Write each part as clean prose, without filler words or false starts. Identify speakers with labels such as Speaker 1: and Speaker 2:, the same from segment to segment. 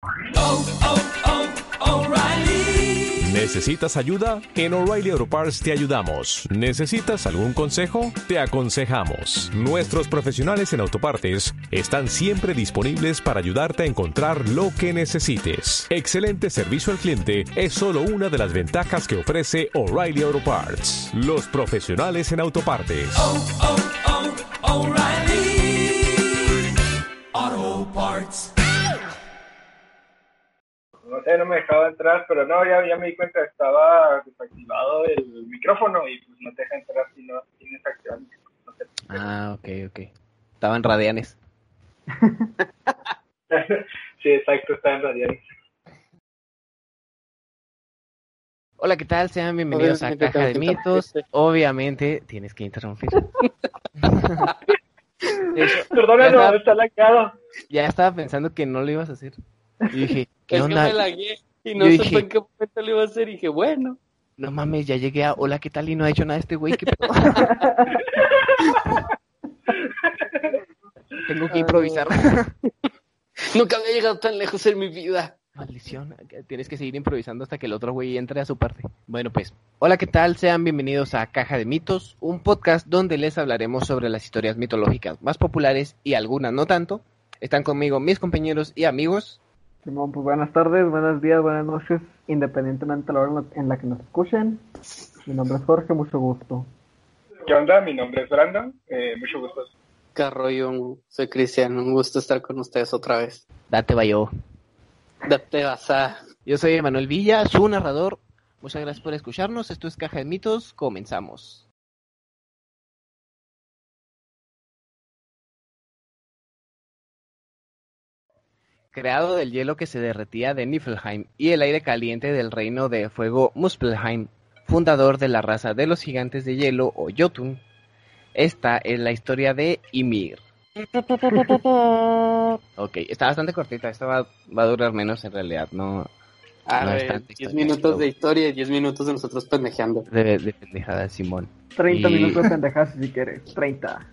Speaker 1: ¿Necesitas ayuda? En O'Reilly Auto Parts te ayudamos. ¿Necesitas algún consejo? Te aconsejamos. Nuestros profesionales en autopartes están siempre disponibles para ayudarte a encontrar lo que necesites. Excelente servicio al cliente es solo una de las ventajas que ofrece O'Reilly Auto Parts. Los profesionales en autopartes.
Speaker 2: O'Reilly Auto Parts.
Speaker 3: No sé, no me dejaba entrar, pero no, ya me di cuenta que estaba desactivado el micrófono y pues no te deja entrar si no tienes activado el micrófono. No sé.
Speaker 4: Ok. Estaban radianes.
Speaker 3: Sí, exacto, está en radial.
Speaker 4: Hola, ¿qué tal? Sean bienvenidos a Caja de Mitos. Obviamente tienes que interrumpir.
Speaker 3: Perdónalo, está laqueado.
Speaker 4: Ya estaba pensando que no lo ibas a hacer. Y dije, ¿qué
Speaker 5: Es
Speaker 4: onda?
Speaker 5: que me lagué y no
Speaker 4: Yo
Speaker 5: supe
Speaker 4: dije,
Speaker 5: en qué momento lo iba a hacer y dije, bueno.
Speaker 4: No mames, ya llegué a hola, ¿qué tal? Y no ha hecho nada este güey, ¿qué pedo? Tengo que improvisar.
Speaker 5: Nunca había llegado tan lejos en mi vida.
Speaker 4: Maldición, tienes que seguir improvisando hasta que el otro güey entre a su parte. Bueno, pues, hola, ¿qué tal? Sean bienvenidos a Caja de Mitos, un podcast donde les hablaremos sobre las historias mitológicas más populares y algunas no tanto. Están conmigo mis compañeros y amigos.
Speaker 6: Simón, pues buenas tardes, buenos días, buenas noches, independientemente de la hora en la que nos escuchen. Mi nombre es Jorge, mucho gusto.
Speaker 3: ¿Qué onda? Mi nombre es Brandon, mucho gusto.
Speaker 5: Carroyo, soy Cristian, un gusto estar con ustedes otra vez.
Speaker 4: Date vayo.
Speaker 5: Date basá.
Speaker 4: Yo soy Emanuel Villa, su narrador. Muchas gracias por escucharnos. Esto es Caja de Mitos. Comenzamos. Creado del hielo que se derretía de Niflheim y el aire caliente del reino de fuego Muspelheim, fundador de la raza de los gigantes de hielo o Jotun. Esta es la historia de Ymir. Ok, está bastante cortita. Esta va a durar menos en realidad, no.
Speaker 5: A
Speaker 4: No es
Speaker 5: ver,
Speaker 4: tanta
Speaker 5: 10
Speaker 4: historia,
Speaker 5: minutos
Speaker 4: pero-
Speaker 5: de historia y 10 minutos de nosotros pendejeando.
Speaker 4: De pendejada, Simón.
Speaker 6: 30
Speaker 4: Y-
Speaker 6: minutos de pendejas si quieres, 30.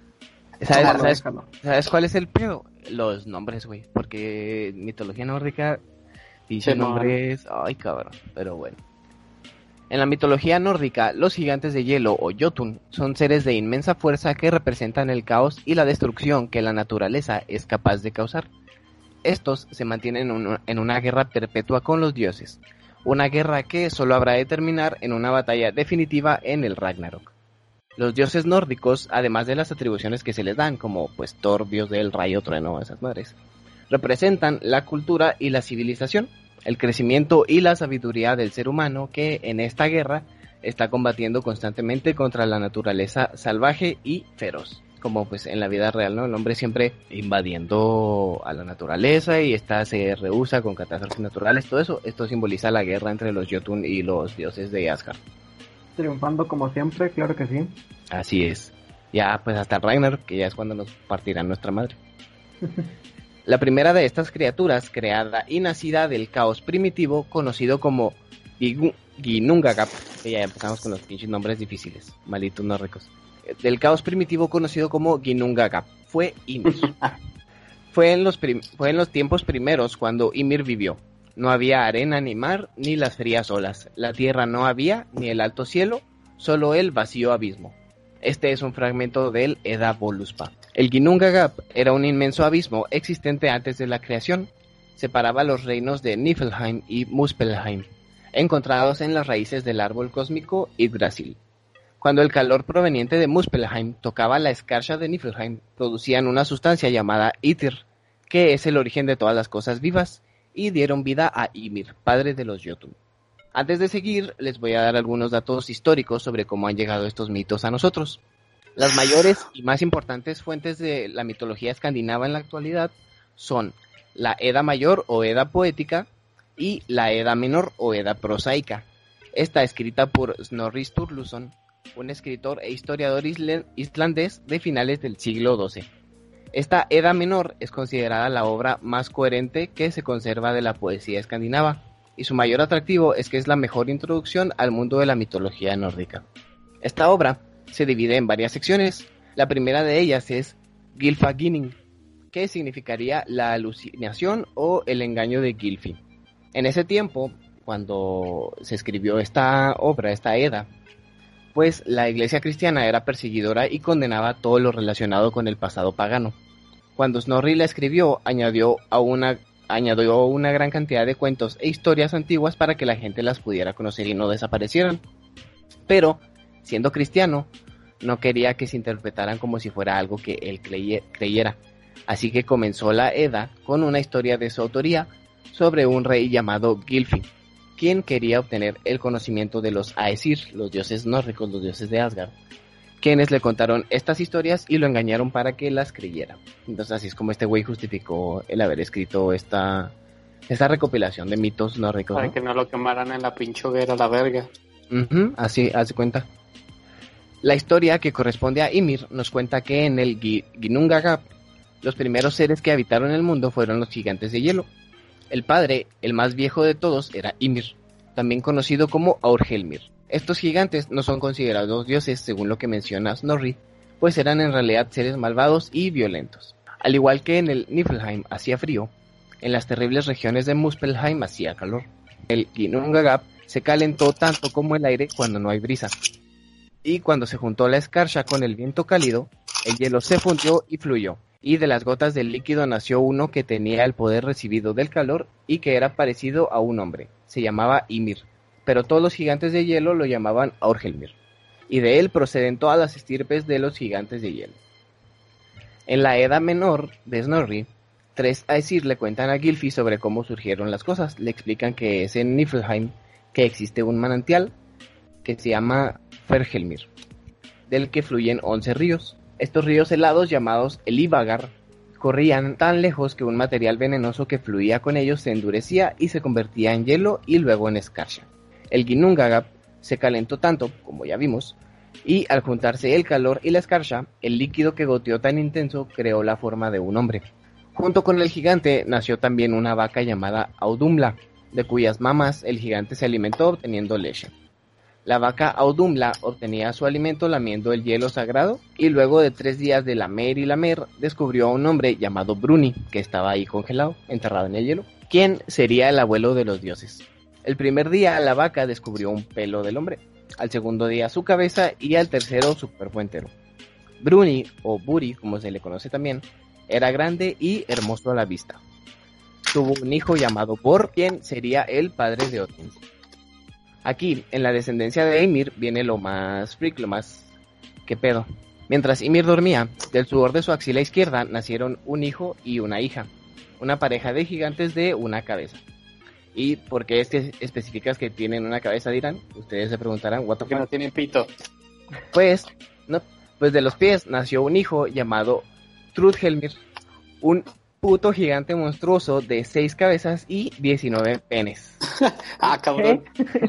Speaker 4: ¿Sabes cuál es el pedo? Los nombres, güey. Porque en mitología nórdica dice
Speaker 5: Sí, no.
Speaker 4: nombres. Ay, cabrón. Pero bueno. En la mitología nórdica, los gigantes de hielo o Jotun son seres de inmensa fuerza que representan el caos y la destrucción que la naturaleza es capaz de causar. Estos se mantienen en una guerra perpetua con los dioses. Una guerra que solo habrá de terminar en una batalla definitiva en el Ragnarok. Los dioses nórdicos, además de las atribuciones que se les dan, como pues Thor, dios del rayo, trueno, esas madres, representan la cultura y la civilización, el crecimiento y la sabiduría del ser humano que en esta guerra está combatiendo constantemente contra la naturaleza salvaje y feroz. Como pues en la vida real, ¿no? El hombre siempre invadiendo a la naturaleza y se rehúsa con catástrofes naturales, todo eso. Esto simboliza la guerra entre los Jotun y los dioses de Asgard.
Speaker 6: Triunfando como siempre, claro que sí.
Speaker 4: Así es. Ya pues hasta el Ragnarok, que ya es cuando nos partirán nuestra madre. La primera de estas criaturas, creada y nacida del caos primitivo, conocido como Ginnungagap, que ya empezamos con los pinches nombres difíciles, malditos nórdicos. Del caos primitivo conocido como Ginnungagap, fue Ymir. Fue en los tiempos primeros cuando Ymir vivió. No había arena ni mar, ni las frías olas. La tierra no había, ni el alto cielo, solo el vacío abismo. Este es un fragmento del Edda Voluspa. El Ginnungagap era un inmenso abismo existente antes de la creación. Separaba los reinos de Niflheim y Muspelheim, encontrados en las raíces del árbol cósmico Yggdrasil. Cuando el calor proveniente de Muspelheim tocaba la escarcha de Niflheim, producían una sustancia llamada Ithir, que es el origen de todas las cosas vivas, y dieron vida a Ymir, padre de los Jotun. Antes de seguir, les voy a dar algunos datos históricos sobre cómo han llegado estos mitos a nosotros. Las mayores y más importantes fuentes de la mitología escandinava en la actualidad son la Edda Mayor o Edda Poética y la Edda Menor o Edda Prosaica. Está escrita por Snorri Sturluson, un escritor e historiador islandés de finales del siglo XII. Esta Edda Menor es considerada la obra más coherente que se conserva de la poesía escandinava, y su mayor atractivo es que es la mejor introducción al mundo de la mitología nórdica. Esta obra se divide en varias secciones. La primera de ellas es Gylfaginning, que significaría la alucinación o el engaño de Gylfi. En ese tiempo, cuando se escribió esta obra, esta Edda, pues la iglesia cristiana era perseguidora y condenaba todo lo relacionado con el pasado pagano. Cuando Snorri la escribió, añadió una gran cantidad de cuentos e historias antiguas para que la gente las pudiera conocer y no desaparecieran. Pero, siendo cristiano, no quería que se interpretaran como si fuera algo que él creyera. Así que comenzó la Edda con una historia de su autoría sobre un rey llamado Gylfi, quien quería obtener el conocimiento de los Aesir, los dioses nórdicos, los dioses de Asgard, quienes le contaron estas historias y lo engañaron para que las creyera. Entonces así es como este güey justificó el haber escrito esta recopilación de mitos nórdicos,
Speaker 5: Para
Speaker 4: ¿no?
Speaker 5: que no lo quemaran en la pinche hoguera, la verga.
Speaker 4: Así, hace cuenta. La historia que corresponde a Ymir nos cuenta que en el Ginnungagap los primeros seres que habitaron el mundo fueron los gigantes de hielo. El padre, el más viejo de todos, era Ymir, también conocido como Aurgelmir. Estos gigantes no son considerados dioses según lo que menciona Snorri, pues eran en realidad seres malvados y violentos. Al igual que en el Niflheim hacía frío, en las terribles regiones de Muspelheim hacía calor. El Ginnungagap se calentó tanto como el aire cuando no hay brisa. Y cuando se juntó la escarcha con el viento cálido, el hielo se fundió y fluyó. Y de las gotas del líquido nació uno que tenía el poder recibido del calor y que era parecido a un hombre. Se llamaba Ymir, pero todos los gigantes de hielo lo llamaban Aurgelmir. Y de él proceden todas las estirpes de los gigantes de hielo. En la Edda Menor de Snorri, 3 Aesir le cuentan a Gylfi sobre cómo surgieron las cosas. Le explican que es en Niflheim que existe un manantial que se llama Hvergelmir, del que fluyen 11 ríos. Estos ríos helados, llamados Elivagar, corrían tan lejos que un material venenoso que fluía con ellos se endurecía y se convertía en hielo y luego en escarcha. El Ginnungagap se calentó tanto, como ya vimos, y al juntarse el calor y la escarcha, el líquido que goteó tan intenso creó la forma de un hombre. Junto con el gigante nació también una vaca llamada Audumla, de cuyas mamas el gigante se alimentó obteniendo leche. La vaca Audumla obtenía su alimento lamiendo el hielo sagrado y luego de 3 días de lamer y lamer descubrió a un hombre llamado Bruni que estaba ahí congelado, enterrado en el hielo, quien sería el abuelo de los dioses. El primer día la vaca descubrió un pelo del hombre, al segundo día su cabeza y al tercero su cuerpo entero. Bruni, o Buri como se le conoce también, era grande y hermoso a la vista. Tuvo un hijo llamado Bor, quien sería el padre de Odin. Aquí, en la descendencia de Ymir, viene lo más freak, lo más... ¿Qué pedo? Mientras Ymir dormía, del sudor de su axila izquierda nacieron un hijo y una hija, una pareja de gigantes de una cabeza. ¿Y por qué especificas que tienen una cabeza, dirán? Ustedes se preguntarán, ¿what the
Speaker 5: Que no
Speaker 4: fuck?
Speaker 5: tiene pito.
Speaker 4: Pues de los pies nació un hijo llamado Trudhelmir, un puto gigante monstruoso de 6 cabezas y 19 penes.
Speaker 5: Ah, cabrón.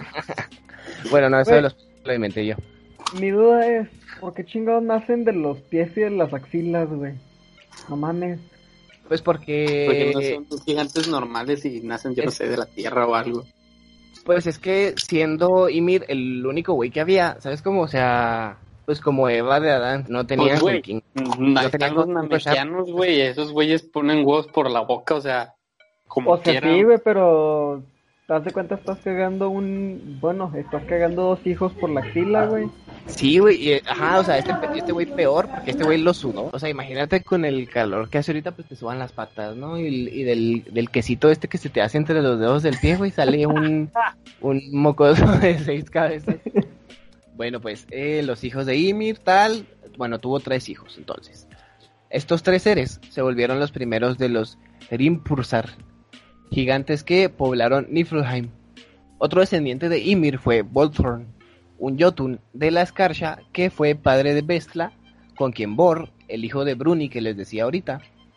Speaker 4: Bueno, no, eso
Speaker 6: Güey.
Speaker 4: de los lo inventé yo.
Speaker 6: Mi duda es, ¿por qué chingados nacen de los pies y de las axilas, güey? No mames.
Speaker 4: Pues
Speaker 5: Porque no
Speaker 4: porque,
Speaker 5: son gigantes normales y nacen, yo no sé, de la tierra o algo.
Speaker 4: pues es que siendo Ymir el único güey que había, ¿sabes cómo? O sea, pues como Eva de Adán, no tenían
Speaker 5: Pues, güey,
Speaker 4: con quién-
Speaker 5: Ahí están los
Speaker 4: con quién
Speaker 5: namekianos, güey. Esos güeyes ponen huevos por la boca, o sea, como
Speaker 6: O sea,
Speaker 5: quieran.
Speaker 6: sí, güey, pero... ¿Te das de cuenta? Estás cagando estás cagando 2 hijos por la axila, güey.
Speaker 4: Sí, güey, ajá, o sea, este güey peor, porque este güey lo sudó. O sea, imagínate con el calor que hace ahorita, pues te suban las patas, ¿no? Y del quesito este que se te hace entre los dedos del pie, güey, sale un mocoso de 6 cabezas. Bueno, pues, los hijos de Ymir, tal, bueno, tuvo 3 hijos, entonces. Estos 3 seres se volvieron los primeros de los Rimpursar, gigantes que poblaron Niflheim. Otro descendiente de Ymir fue Volthorn, un Jotun de la Escarcha que fue padre de Bestla, con quien Bor, el hijo de Bruni que les decía ahorita,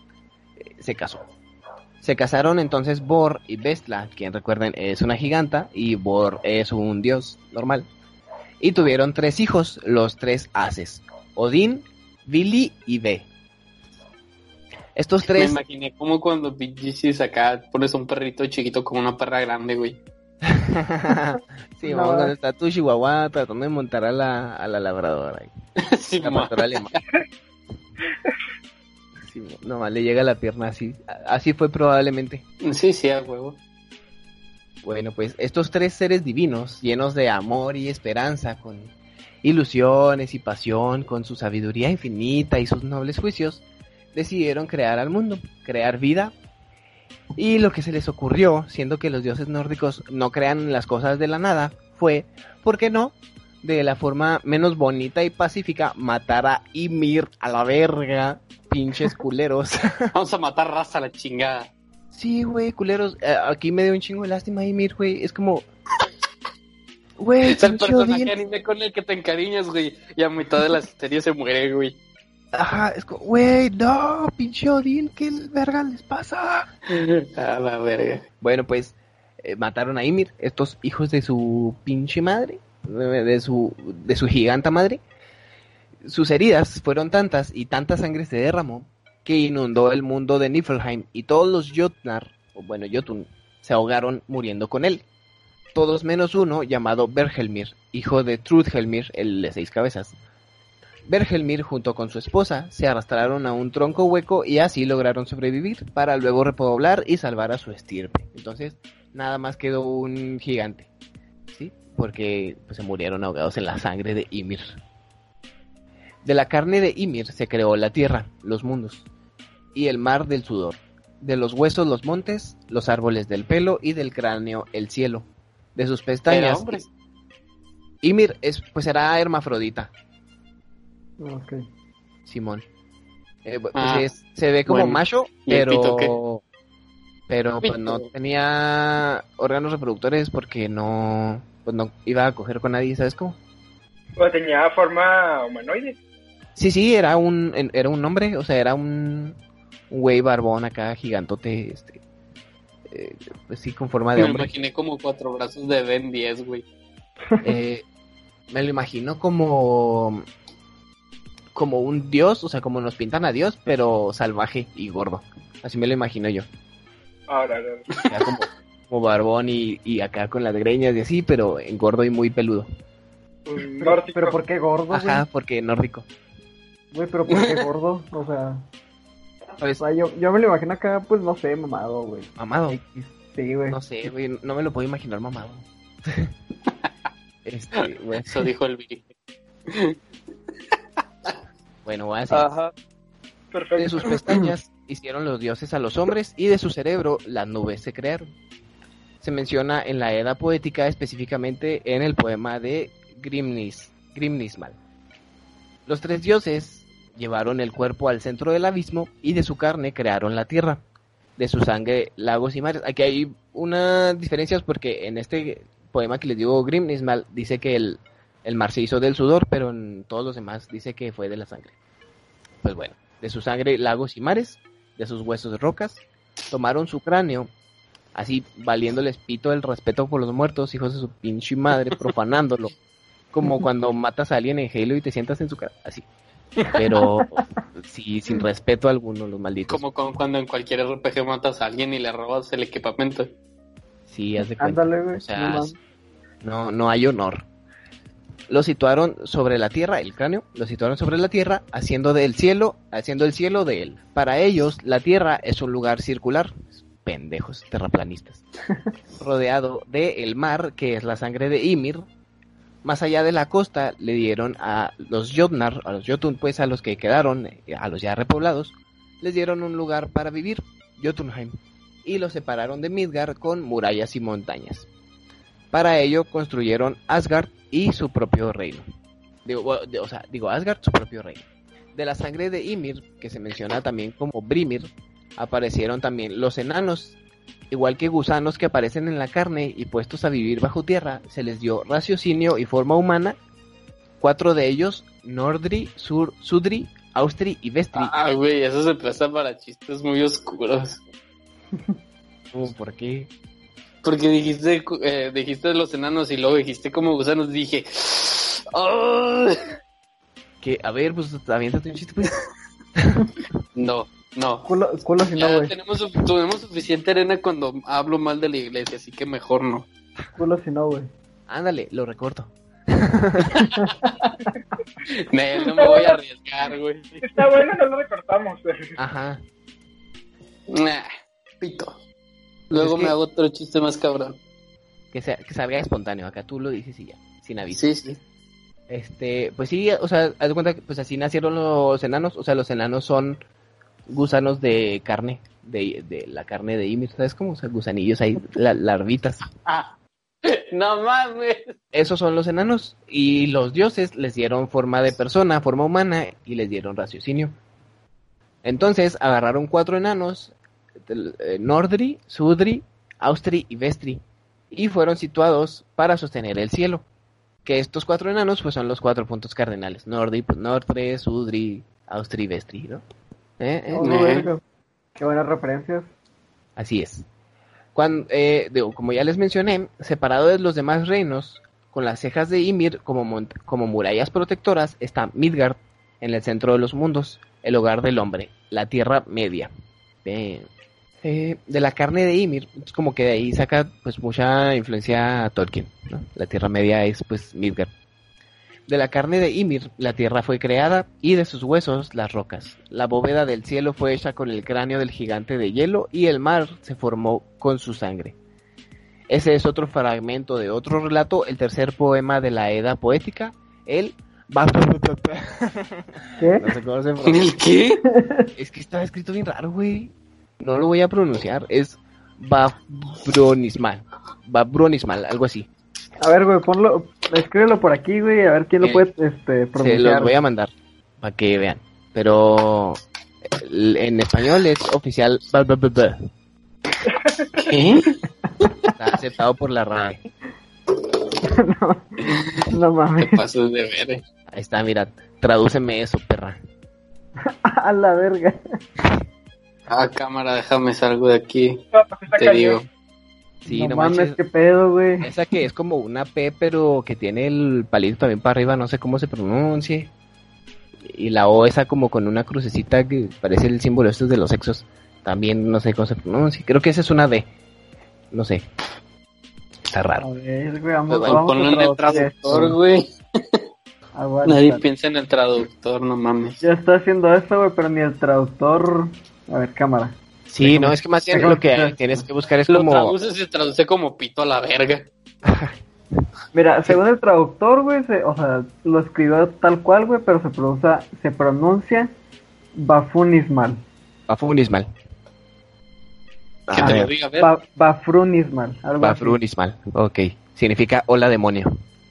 Speaker 4: se casó. Se casaron entonces Bor y Bestla, quien recuerden es una giganta y Bor es un dios normal. Y tuvieron 3 hijos, los 3 Ases, Odín, Vili y Ve. Estos
Speaker 5: Me
Speaker 4: 3...
Speaker 5: imaginé como cuando BGCs acá pones un perrito chiquito como una perra grande, güey.
Speaker 4: Sí,
Speaker 6: No.
Speaker 4: vamos, cuando está tu chihuahua tratando de montar a la labradora.
Speaker 5: Sí,
Speaker 4: La
Speaker 5: ma.
Speaker 4: pastora alemana. Sí, nomás le llega a la pierna así. Así fue probablemente.
Speaker 5: Sí, a huevo.
Speaker 4: Bueno, pues estos tres seres divinos, llenos de amor y esperanza, con ilusiones y pasión, con su sabiduría infinita y sus nobles juicios, decidieron crear al mundo, crear vida. Y lo que se les ocurrió, siendo que los dioses nórdicos no crean las cosas de la nada, fue, ¿por qué no?, de la forma menos bonita y pacífica, matar a Ymir a la verga, pinches culeros.
Speaker 5: Vamos a matar raza a la chingada.
Speaker 4: Sí, güey, culeros. Aquí me dio un chingo de lástima Ymir, güey. Es como... Güey,
Speaker 5: Es el
Speaker 4: pinche
Speaker 5: personaje
Speaker 4: Odín.
Speaker 5: anime con el que te encariñas, güey. Y a mitad de la serie se muere, güey.
Speaker 4: Ajá, es como... Güey, no, pinche Odín, ¿qué verga les pasa?
Speaker 5: A la verga.
Speaker 4: Bueno, pues mataron a Ymir, estos hijos de su pinche madre, de su giganta madre. Sus heridas fueron tantas y tanta sangre se derramó que inundó el mundo de Niflheim y todos los Jotnar, o bueno, Jotun, se ahogaron muriendo con él. Todos menos uno llamado Bergelmir, hijo de Trudhelmir, el de 6 cabezas. Bergelmir junto con su esposa se arrastraron a un tronco hueco y así lograron sobrevivir para luego repoblar y salvar a su estirpe. Entonces, nada más quedó un gigante, ¿sí? Porque pues, se murieron ahogados en la sangre de Ymir. De la carne de Ymir se creó la tierra, los mundos, y el mar del sudor. De los huesos los montes, los árboles del pelo y del cráneo el cielo. De sus pestañas...
Speaker 5: hombre.
Speaker 4: Ymir era hermafrodita.
Speaker 6: Ok.
Speaker 4: Simón.
Speaker 5: Ah,
Speaker 4: Se ve como
Speaker 5: bueno.
Speaker 4: macho,
Speaker 5: ¿Y el pito qué?
Speaker 4: pero pues no tenía órganos reproductores porque no iba a coger con nadie, ¿sabes cómo?
Speaker 3: O tenía forma humanoide.
Speaker 4: Sí, era un hombre, o sea, era un güey barbón acá, gigantote, pues sí, con forma de
Speaker 5: Me
Speaker 4: hombre.
Speaker 5: imaginé como 4 brazos de Ben 10, güey.
Speaker 4: Me lo imagino como un dios, o sea, como nos pintan a Dios, pero salvaje y gordo. Así me lo imagino yo.
Speaker 3: Ahora,
Speaker 4: Era como barbón y acá con las greñas y así, pero gordo y muy peludo.
Speaker 3: un
Speaker 6: Pero,
Speaker 3: nórdico.
Speaker 6: pero ¿por qué gordo, güey?
Speaker 4: Ajá, porque nórdico.
Speaker 6: Güey, pero ¿por qué gordo? O sea,
Speaker 4: Pues,
Speaker 6: yo me lo imagino acá, pues no sé, mamado, güey.
Speaker 4: mamado.
Speaker 6: Sí, güey.
Speaker 4: No sé, güey, no me lo puedo imaginar mamado. Güey,
Speaker 5: Eso dijo el Vic.
Speaker 4: bueno, voy a decir.
Speaker 5: Ajá.
Speaker 3: Perfecto.
Speaker 4: De sus pestañas hicieron los dioses a los hombres y de su cerebro las nubes se crearon. Se menciona en la Edda poética, específicamente en el poema de Grimnismal. Los 3 dioses llevaron el cuerpo al centro del abismo y de su carne crearon la tierra. De su sangre, lagos y mares. Aquí hay unas diferencias porque en este poema que les digo Grimnismal dice que el mar se hizo del sudor, pero en todos los demás dice que fue de la sangre. Pues bueno, de su sangre, lagos y mares, de sus huesos, rocas, tomaron su cráneo, así valiéndoles pito el respeto por los muertos, hijos de su pinche madre, profanándolo, como cuando matas a alguien en Halo y te sientas en su cara, así. Pero sí, sin respeto alguno, los malditos.
Speaker 5: Como cuando en cualquier RPG matas a alguien y le robas el equipamiento.
Speaker 4: Sí, haz de cuenta.
Speaker 6: Ándale, güey.
Speaker 4: O sea,
Speaker 6: no mames.
Speaker 4: no hay honor. Lo situaron sobre la tierra, el cráneo, lo situaron sobre la tierra, haciendo el cielo de él. Para ellos, la tierra es un lugar circular, pendejos, terraplanistas, rodeado de el mar, que es la sangre de Ymir. Más allá de la costa, le dieron a los Jotnar, a los Jotun, pues a los que quedaron, a los ya repoblados, les dieron un lugar para vivir, Jotunheim, y los separaron de Midgard con murallas y montañas. Para ello construyeron Asgard y su propio reino. Digo Asgard, su propio reino. De la sangre de Ymir, que se menciona también como Brimir, aparecieron también los enanos. Igual que gusanos que aparecen en la carne y puestos a vivir bajo tierra, se les dio raciocinio y forma humana. 4 de ellos, Nordri, Sudri, Austri y Vestri.
Speaker 5: Ah, güey, eso se presta para chistes muy oscuros.
Speaker 4: ¿Por qué?
Speaker 5: Porque dijiste los enanos y luego dijiste como gusanos, dije... ¡Oh!
Speaker 4: Que, a ver, pues aviéntate un chiste, pues.
Speaker 5: No.
Speaker 6: Culo si no,
Speaker 5: Ya
Speaker 6: güey.
Speaker 5: tenemos suficiente arena cuando hablo mal de la iglesia, así que mejor no.
Speaker 6: Culo si no, güey.
Speaker 4: Ándale, lo recorto.
Speaker 5: No me voy a arriesgar, güey.
Speaker 3: Está bueno, no lo recortamos.
Speaker 4: Ajá.
Speaker 5: Nah, pito. Luego
Speaker 4: Es que-
Speaker 5: me hago otro chiste más cabrón.
Speaker 4: Que salga espontáneo. Acá tú lo dices y ya, sin aviso.
Speaker 5: Sí.
Speaker 4: Pues sí, o sea, haz de cuenta que pues así nacieron los enanos. O sea, los enanos son gusanos de carne, de la carne de Ymir, ¿sabes cómo? O sea, gusanillos ahí, larvitas.
Speaker 5: No mames.
Speaker 4: Esos son los enanos. Y los dioses les dieron forma de persona, forma humana, y les dieron raciocinio. Entonces agarraron 4 enanos, Nordri, Sudri, Austri y Vestri, y fueron situados para sostener el cielo. Que estos 4 enanos pues son los 4 puntos cardinales. Nordri, pues Nordre, Sudri, Austri y Vestri, ¿no?
Speaker 6: Verga. Qué buenas referencias.
Speaker 4: Así es. Como ya les mencioné, separado de los demás reinos, con las cejas de Ymir como murallas protectoras, está Midgard, en el centro de los mundos, el hogar del hombre, la Tierra Media. De la carne de Ymir, es como que de ahí saca pues mucha influencia a Tolkien, ¿no? La Tierra Media es pues Midgard. De la carne de Ymir, la tierra fue creada, y de sus huesos, las rocas. La bóveda del cielo fue hecha con el cráneo del gigante de hielo, y el mar se formó con su sangre. Ese es otro fragmento de otro relato, el tercer poema de la Edda poética, el...
Speaker 6: ¿Qué?
Speaker 4: No sé cómo se pronuncia.
Speaker 5: ¿El qué?
Speaker 4: Es que está escrito bien raro, güey. No lo voy a pronunciar, es Vafronismal, algo así.
Speaker 6: A ver, güey, escríbelo por aquí, güey, a ver quién lo puede
Speaker 4: Se
Speaker 6: pronunciar.
Speaker 4: los voy a mandar para que vean. Pero en español es oficial.
Speaker 5: ¿Qué?
Speaker 4: Está aceptado por la RAE.
Speaker 6: No mames.
Speaker 5: Te pasas de ver.
Speaker 4: Ahí está, mira. Tradúceme eso, perra.
Speaker 6: A la verga.
Speaker 5: Cámara, déjame salgo de aquí.
Speaker 3: No, pues está
Speaker 5: Te
Speaker 3: cañón.
Speaker 5: digo.
Speaker 4: Sí,
Speaker 6: no
Speaker 4: no
Speaker 6: mames,
Speaker 4: manches.
Speaker 6: qué pedo, güey.
Speaker 4: Esa que es como una P, pero que tiene el palito también para arriba, no sé cómo se pronuncie. Y la O esa como con una crucecita que parece el símbolo estos de los sexos. También no sé cómo se pronuncia. Creo que esa es una D. No sé. Está
Speaker 6: A
Speaker 4: raro.
Speaker 6: ver, güey, vamos
Speaker 5: Pues
Speaker 6: a
Speaker 5: ponlo en el traductor,
Speaker 6: esto.
Speaker 5: güey.
Speaker 6: Aguanta.
Speaker 5: Nadie piensa en el traductor, no mames.
Speaker 6: Ya está haciendo esto, güey, pero ni el traductor... A ver, cámara.
Speaker 4: Sí, no, es que más bien
Speaker 6: déjame
Speaker 4: lo que
Speaker 6: quitar.
Speaker 4: tienes que buscar es
Speaker 5: Lo
Speaker 4: como...
Speaker 5: traduce, se traduce como pito a la verga.
Speaker 6: Mira, según el traductor, güey, o sea, lo escribió tal cual, güey, pero se pronuncia Bafunismal.
Speaker 4: Bafunismal.
Speaker 5: Que
Speaker 4: A
Speaker 5: te lo
Speaker 4: ver,
Speaker 5: diga, a ver.
Speaker 6: Bafrunismal. Algo así.
Speaker 4: Bafrunismal. Ok. Significa hola demonio.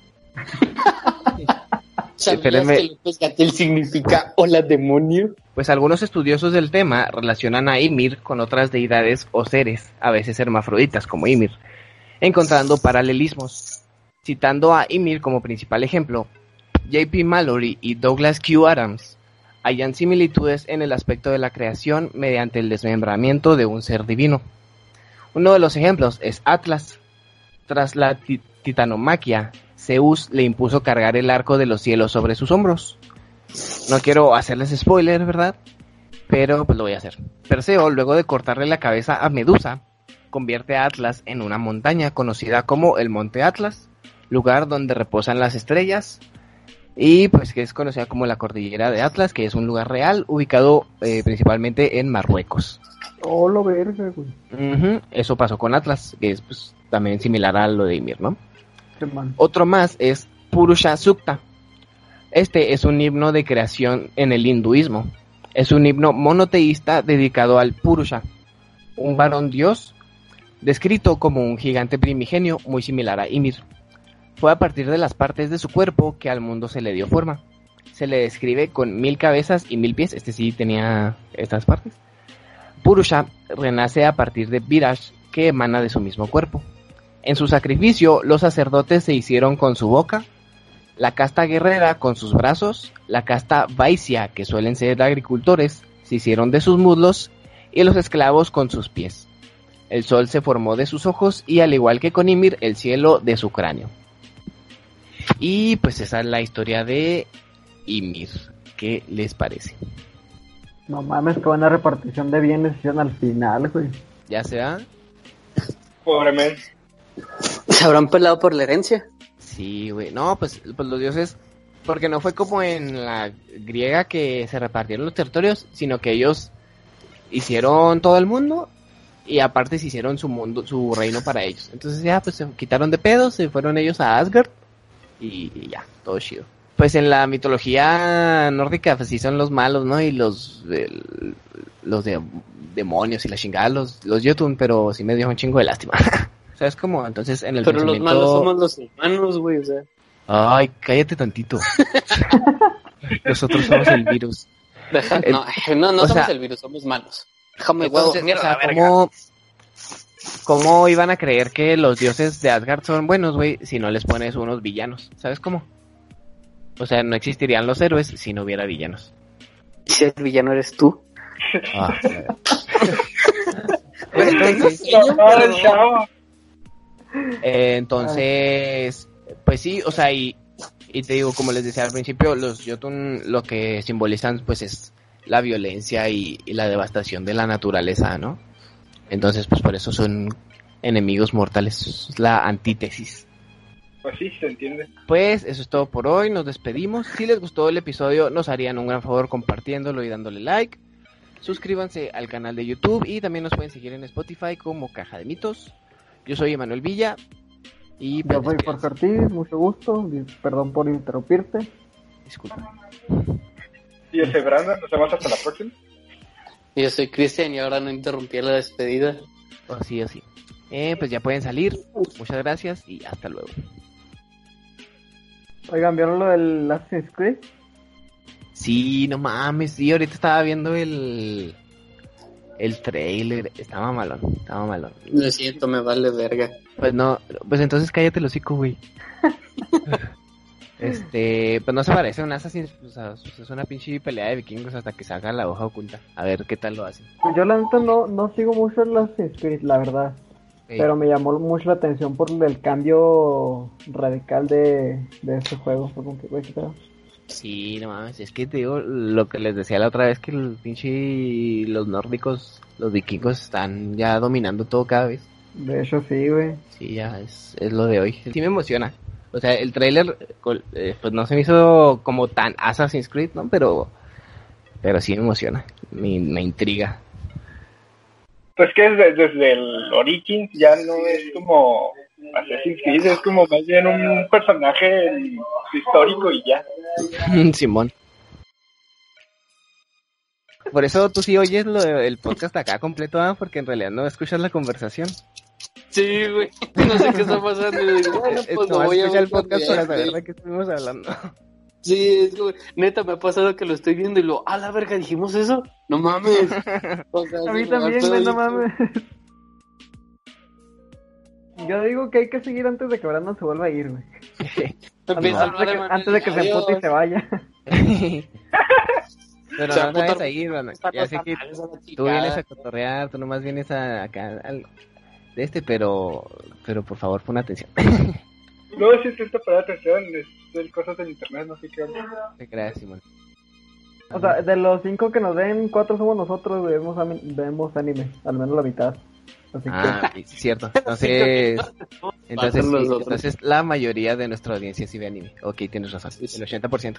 Speaker 5: ¿Sabías
Speaker 4: espérenme.
Speaker 5: que López Gatell significa hola demonio?
Speaker 4: Pues algunos estudiosos del tema relacionan a Ymir con otras deidades o seres, a veces hermafroditas como Ymir, encontrando paralelismos. Citando a Ymir como principal ejemplo, J.P. Mallory y Douglas Q. Adams hallan similitudes en el aspecto de la creación mediante el desmembramiento de un ser divino. Uno de los ejemplos es Atlas. Tras la titanomaquia, Zeus le impuso cargar el arco de los cielos sobre sus hombros. No quiero hacerles spoiler, ¿verdad? Pero pues lo voy a hacer. Perseo, luego de cortarle la cabeza a Medusa, convierte a Atlas en una montaña conocida como el Monte Atlas, lugar donde reposan las estrellas, y pues que es conocida como la Cordillera de Atlas, que es un lugar real ubicado principalmente en Marruecos.
Speaker 6: Oh, lo verga, güey.
Speaker 4: Ujú, eso pasó con Atlas, que es pues, también similar a lo de Ymir, ¿no?
Speaker 6: Qué man.
Speaker 4: Otro más es Purusha Sukta. Este es un himno de creación en el hinduismo. Es un himno monoteísta dedicado al Purusha, un varón dios, descrito como un gigante primigenio muy similar a Ymir. Fue a partir de las partes de su cuerpo que al mundo se le dio forma. Se le describe con 1000 cabezas y 1000 pies, este sí tenía estas partes. Purusha renace a partir de Virash, que emana de su mismo cuerpo. En su sacrificio, los sacerdotes se hicieron con su boca, la casta guerrera con sus brazos, la casta vaisya, que suelen ser agricultores, se hicieron de sus muslos, y los esclavos con sus pies. El sol se formó de sus ojos, y al igual que con Ymir, el cielo de su cráneo. Y pues esa es la historia de Ymir. ¿Qué les parece?
Speaker 6: No mames, qué buena repartición de bienes hicieron al final, güey.
Speaker 4: ¿Ya se da?
Speaker 3: Pobre men.
Speaker 5: ¿Se habrán pelado por la herencia?
Speaker 4: Sí, güey. No, pues los dioses porque no fue como en la griega que se repartieron los territorios, sino que ellos hicieron todo el mundo y aparte se hicieron su mundo, su reino para ellos. Entonces ya pues se quitaron de pedos, se fueron ellos a Asgard y ya, todo chido. Pues en la mitología nórdica pues sí son los malos, ¿no? Y los demonios y la chingada, los Jotun, pero sí me dio un chingo de lástima. O sea, es como, entonces en el
Speaker 5: Pero los
Speaker 4: pensamiento...
Speaker 5: malos somos los humanos, güey, o sea.
Speaker 4: Ay, cállate tantito. Nosotros somos el virus.
Speaker 5: No
Speaker 4: o
Speaker 5: somos
Speaker 4: sea,
Speaker 5: el virus, somos malos. Déjame huevo,
Speaker 4: Entonces,
Speaker 5: mierda,
Speaker 4: o sea,
Speaker 5: verga.
Speaker 4: ¿cómo iban a creer que los dioses de Asgard son buenos, güey, si no les pones unos villanos? ¿Sabes cómo? O sea, no existirían los héroes si no hubiera villanos.
Speaker 5: ¿Y si el villano eres tú?
Speaker 4: Ah, entonces, pues sí, o sea, y te digo, como les decía al principio, los Jotun lo que simbolizan pues es la violencia y la devastación de la naturaleza, ¿no? Entonces, pues por eso son enemigos mortales, es la antítesis.
Speaker 3: Pues sí, se entiende.
Speaker 4: Pues eso es todo por hoy, nos despedimos. Si les gustó el episodio, nos harían un gran favor compartiéndolo y dándole like. Suscríbanse al canal de YouTube y también nos pueden seguir en Spotify como Caja de Mitos. Yo soy Emanuel Villa y pues,
Speaker 6: Yo soy Jorge Ortiz, mucho gusto, perdón por interrumpirte.
Speaker 4: disculpa.
Speaker 3: Y yo soy Brandon, nos vemos hasta la próxima.
Speaker 5: Yo soy Cristian y ahora no interrumpí la despedida.
Speaker 4: O sí. Pues ya pueden salir. Muchas gracias y hasta luego.
Speaker 6: Oigan, ¿vieron lo del Assassin's Creed?
Speaker 4: Sí, no mames, sí, ahorita estaba viendo el trailer, estaba malón.
Speaker 5: Lo siento, me vale verga.
Speaker 4: Pues no, pues entonces cállate el hocico, güey. Pues no se parece a un Assassin's, o sea, es una pinche pelea de vikingos hasta que salga la hoja oculta. A ver qué tal lo hacen.
Speaker 6: Pues yo la neta no sigo mucho el Assassin's Creed, la verdad.
Speaker 4: Ey.
Speaker 6: Pero me llamó mucho la atención por el cambio radical de este juego. Fue como que, güey, ¿qué pedo?
Speaker 4: Sí, no mames, es que te digo lo que les decía la otra vez, que el pinche los nórdicos, los vikingos están ya dominando todo cada vez.
Speaker 6: De hecho, sí, güey.
Speaker 4: Sí, ya es lo de hoy. Sí me emociona. O sea, el tráiler pues no se me hizo como tan Assassin's Creed, ¿no? Pero sí me emociona, me intriga.
Speaker 3: Pues que desde el Origins ya no es como Assassin's Creed, es como más bien un personaje histórico y ya.
Speaker 4: Simón. Por eso tú sí oyes el podcast acá completo, ¿ah? Porque en realidad no escuchas la conversación.
Speaker 5: Sí, güey. No sé qué está pasando. Y digo, bueno, pues
Speaker 4: No
Speaker 5: lo voy a
Speaker 4: escuchar
Speaker 5: ver
Speaker 4: el podcast para
Speaker 5: también,
Speaker 4: saber
Speaker 5: güey.
Speaker 4: de qué estuvimos hablando.
Speaker 5: Sí, es güey. Neta, me ha pasado que lo estoy viendo y a la verga, ¿dijimos eso? No mames. O sea,
Speaker 6: A mí
Speaker 5: sí,
Speaker 6: también,
Speaker 5: al
Speaker 6: güey,
Speaker 5: pedo
Speaker 6: no
Speaker 5: y-
Speaker 6: mames. Yo digo que hay que seguir antes de que Brandon se vuelva a ir, güey.
Speaker 5: Empieza a hablar
Speaker 6: Antes de que se empute y se vaya.
Speaker 4: Pero
Speaker 5: Se va
Speaker 4: no
Speaker 5: a
Speaker 4: te vayas
Speaker 5: putar-
Speaker 4: a ir, mano. Ya sé que tú vienes a cotorrear, tú nomás vienes acá de pero por favor pon atención.
Speaker 3: No, sí, intento poner atención, es cosas en internet, no sé qué onda.
Speaker 4: Gracias, Simón.
Speaker 6: O sea, de los 5 que nos den, 4 somos nosotros, güey, vemos anime, al menos la mitad. Así que...
Speaker 4: Sí, cierto. Entonces
Speaker 5: Pasan los otros.
Speaker 4: entonces la mayoría de nuestra audiencia sí ve anime. Ok, tienes razón. El 80%.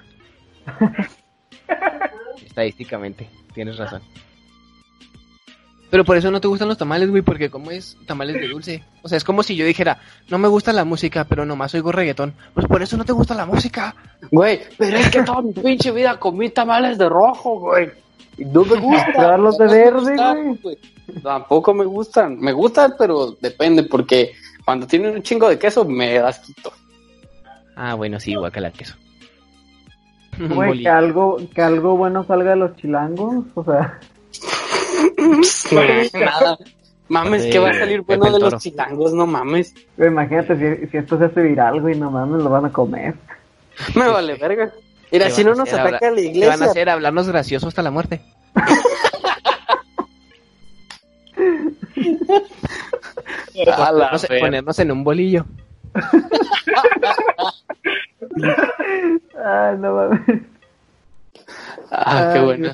Speaker 4: Estadísticamente, tienes razón. Pero por eso no te gustan los tamales, güey, porque como es tamales de dulce. O sea, es como si yo dijera, no me gusta la música, pero nomás oigo reggaetón. Pues por eso no te gusta la música.
Speaker 5: Güey, pero es que toda mi pinche vida comí tamales de rojo, güey. Y no me gusta.
Speaker 6: Probar los de
Speaker 5: No me
Speaker 6: verde,
Speaker 5: gustan, güey. Tampoco me gustan. Me gustan, pero depende, porque cuando tienen un chingo de queso me da asquito.
Speaker 4: Ah, bueno, sí, guacala queso.
Speaker 6: Güey, que algo bueno salga de los chilangos, o sea...
Speaker 5: Nada. Mames, que va a salir bueno
Speaker 4: Pepe el
Speaker 5: de
Speaker 4: Toro.
Speaker 5: los chilangos, no mames.
Speaker 6: Güey, imagínate si esto se hace viral, güey, no mames, lo van a comer.
Speaker 5: Me vale verga. Mira,
Speaker 4: ¿Qué
Speaker 5: si
Speaker 4: van
Speaker 5: no
Speaker 4: a
Speaker 5: nos
Speaker 4: hacer
Speaker 5: ataca la
Speaker 4: ¿Qué van a
Speaker 5: iglesia.
Speaker 4: hacer? Hablarnos gracioso hasta la muerte.
Speaker 5: A la verga.
Speaker 4: Ponernos en un bolillo.
Speaker 6: Ay, no mames.
Speaker 5: Ah, qué
Speaker 6: Ay,
Speaker 5: bueno.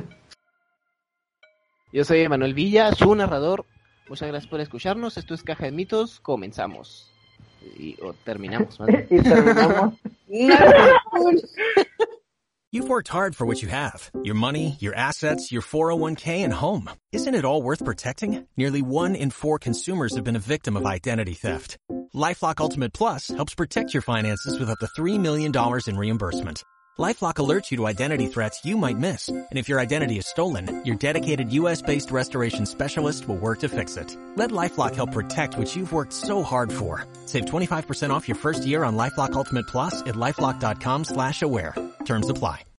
Speaker 4: Yo soy Emanuel Villa, su narrador. Muchas gracias por escucharnos. Esto es Caja de Mitos. Comenzamos. O terminamos, más bien.
Speaker 6: Y terminamos.
Speaker 5: No.
Speaker 7: You've worked hard for what you have. Your money, your assets, your 401k, and home. Isn't it all worth protecting? Nearly 1 in 4 consumers have been a victim of identity theft. LifeLock Ultimate Plus helps protect your finances with up to $3 million in reimbursement. LifeLock alerts you to identity threats you might miss. And if your identity is stolen, your dedicated U.S.-based restoration specialist will work to fix it. Let LifeLock help protect what you've worked so hard for. Save 25% off your first year on LifeLock Ultimate Plus at LifeLock.com/aware. Terms apply.